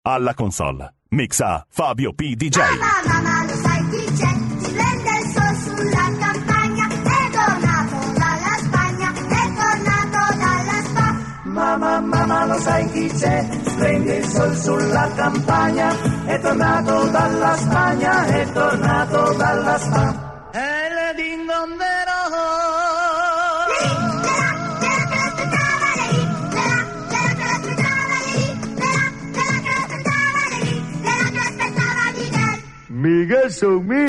Alla console mixa Fabio P. DJ. Mamma, lo sai chi c'è? Ti prende il sol sulla campagna. È tornato dalla Spagna. È tornato dalla Spagna. Mamma, lo sai chi c'è? Prende il sol sulla campagna. È tornato dalla Spagna. È tornato dalla Spagna. E le dingonderò. Mica so mi.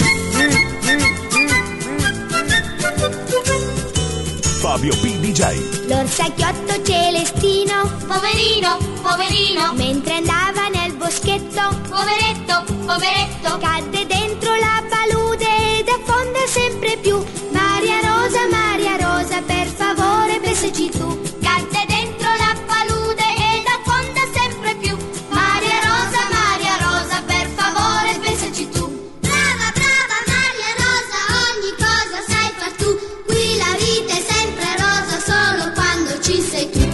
Fabio P. DJ. L'orsacchiotto Celestino, Poverino, poverino, mentre andava nel boschetto, poveretto, poveretto, cadde dentro la palude ed affonda sempre più. Maria Rosa, per favore pensaci tu. cadde dentro la palude ed affonda sempre più. Maria Rosa, per favore pensaci tu. Brava Maria Rosa, ogni cosa sai far tu. Qui la vita è sempre rosa solo quando ci sei tu.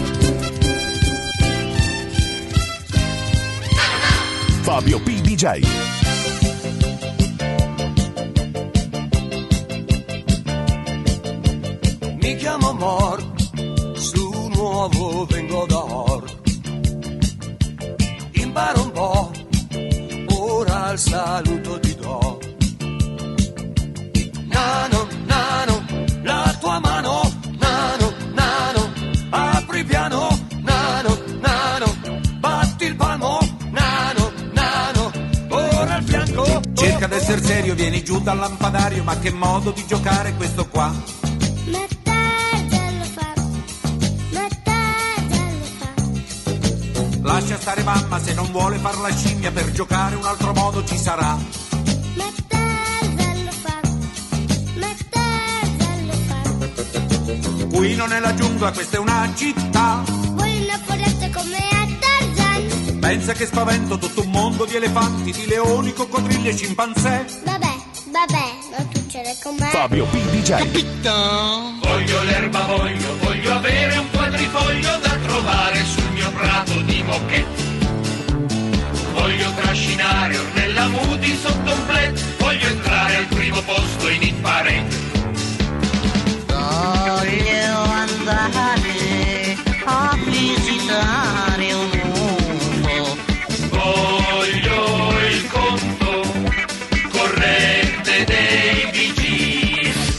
Fabio P. DJ. Mi chiamo Mor, su nuovo vengo da Or. Imparo un po', ora il saluto ti do. Nano, la tua mano, nano, apri piano, nano, batti il palmo, nano, ora al fianco. Cerca d'essere serio, vieni giù dal lampadario, ma che modo di giocare è questo qua? Lascia stare mamma, se non vuole far la scimmia, per giocare un altro modo ci sarà. Qui non è la giungla, questa è una città. Vuoi una foresta come a Tarzan? Pensa che spavento tutto un mondo di elefanti, di leoni, coccodrilli e scimpanzé. Vabbè, non succede con me. Fabio P. DJ. Voglio l'erba, voglio avere un quadrifoglio da trovare sul mio prato di moquette. Voglio trascinare Ornella Muti sotto un plet. Voglio entrare al primo posto in hit parade. Voglio andare a visitare un UFO. Voglio il conto corrente dei Bee Gees.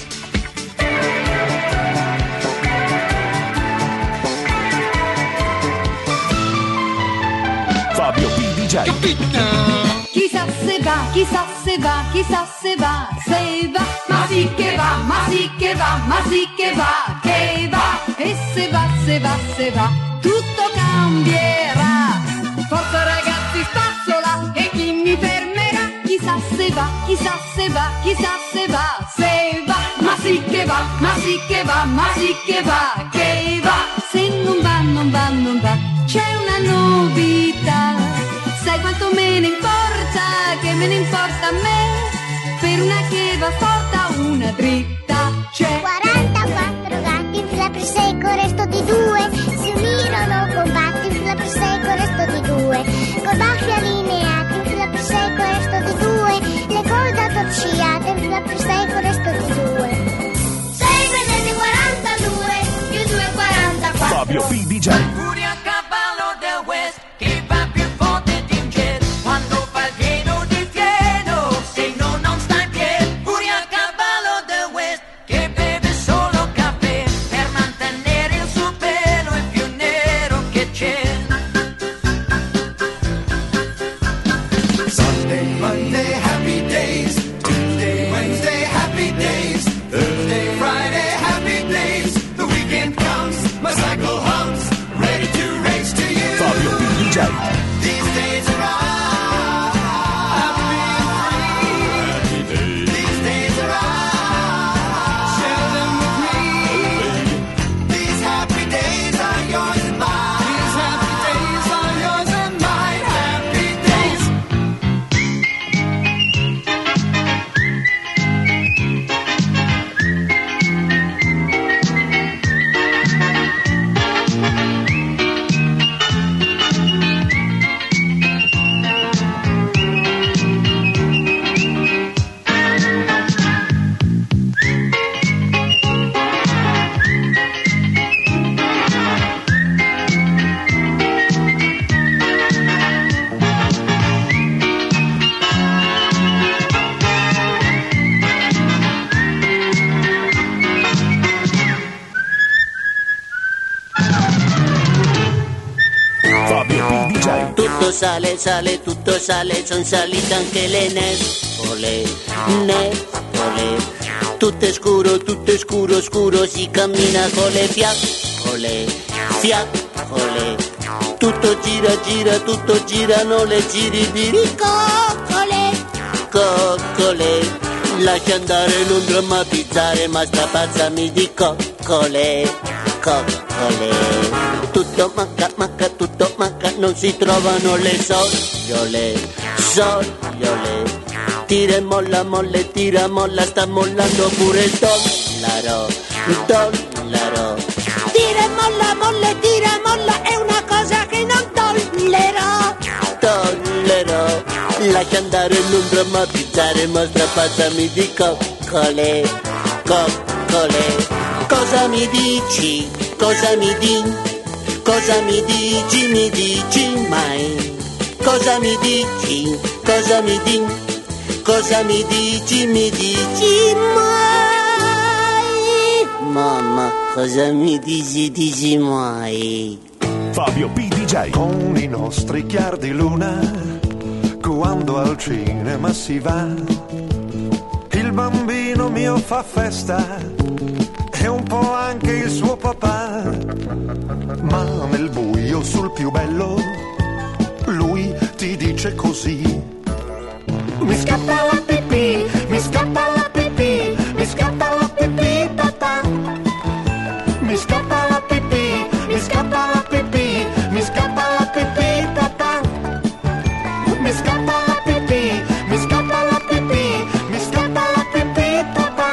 Fabio P. DJ. Chissà se va, chissà se va, chissà se va, se va, ma sì che va, ma sì che va, ma sì che va, e se va, tutto cambierà. Forza ragazzi, spazzola, e chi mi fermerà? Chissà se va, chissà se va, chissà se va, ma sì che va, ma sì che va, ma sì che va, se non va, c'è una novità. Sai quanto me ne importa, che me ne importa a me, per una che va storta, una dritta c'è. 44 gatti, in fila per 6 con resto di 2. Si unirono combatti, in fila per 6 con resto di 2. Con baffi allineati, in fila per 6 con resto di 2. Le corde attorcigliate, in fila per 6 con resto di 2. 6 presenti 42, più 2 44. Fabio P. DJ. Puri a cavallo del West, che va più forte di un jet. Quando fa il pieno di fieno, se no non sta in piedi. tutto sale, sale, tutto sale, son salite anche le nuvole, nuvole. Tutto è scuro, scuro, si cammina con le fiaccole, fiaccole. Tutto gira, gira, tutto girano le giribiri, coccole, coccole. Lascia andare, non drammatizzare, ma strapazzami di coccole, coccole. Tutto manca, manca, tutto manca, non si trovano le sogliole, sogliole. Tira e molla, molle, tira, molla, sta mollando pure il dollaro, dollaro. Tira e molla, molle, tira, molla, è una cosa che non tollerò, tollerò. Lascia andare, non drammatizzare, ma strapazzami di coccole, coccole. Cosa mi dici, cosa mi dici mai? Cosa mi dici, cosa mi dici? Cosa mi dici mai? Mamma, cosa mi dici mai? Fabio P. DJ. Con i nostri chiar di luna, quando al cinema si va, il bambino mio fa festa e un po' anche il suo papà. Ma nel buio sul più bello, lui ti dice così: mi scappa la pipì, mi scappa la pipì, mi scappa la pipì, papà. Mi scappa la pipì, mi scappa la pipì, mi scappa la pipì, papà. Mi scappa la pipì, mi scappa la pipì, mi scappa la pipì, papà.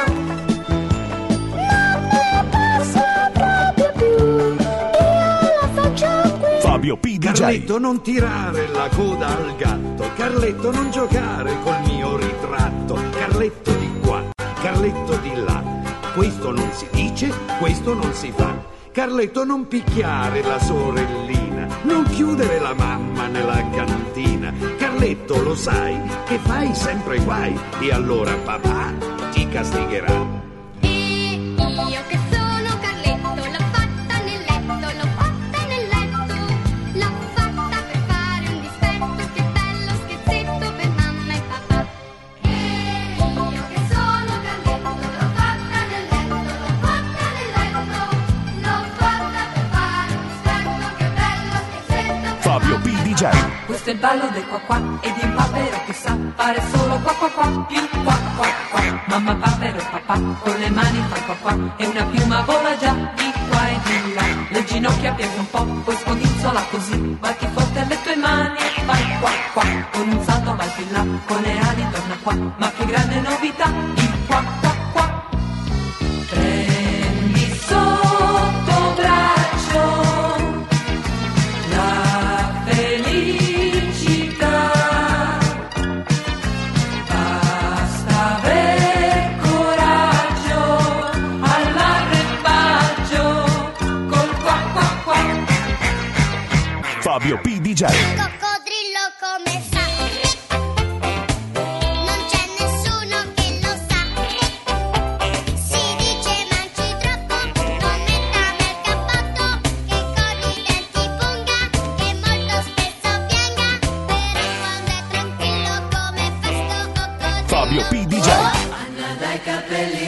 Non ne posso proprio più, io la faccio qui. Fabio P. DJ. Carletto, non tirare la coda al gatto. Carletto, non giocare col mio ritratto. Carletto di qua, Carletto di là. Questo non si dice, questo non si fa. Carletto, non picchiare la sorellina, non chiudere la mamma nella cantina. Carletto, lo sai che fai sempre guai, e allora papà ti castigherà. Io che sono Carletto, l'ho fatta nel letto, l'ho fatta nel letto. L'ho fatta per fare un dispetto, che bello scherzetto per mamma e papà. Io che sono Carletto, l'ho fatta nel letto, l'ho fatta nel letto. L'ho fatta per fare un dispetto, che bello scherzetto per Fabio P. DJ. Questo è il ballo del qua qua e di un papero che sa fare solo qua qua qua più qua qua qua. Mamma papero e papà con le mani fa qua qua e una piuma vola già di qua e di là. Le ginocchia piega un po', poi scodinzola così, batti forte alle tue mani e fai qua qua. Con un salto vai più là, con le ali torna qua, ma che grande novità, il qua qua qua. Prendi sotto braccio la felicità, basta aver coraggio all'arrembaggio col qua qua qua. Fabio P. DJ. Coccodrillo come fa? Non c'è nessuno che lo sa. Si dice mangi troppo, non metta nel cappotto, che con i denti punga, che molto spesso pianga, però quando è tranquillo come fa sto coccodrillo. Fabio P. DJ. Anna dai capelli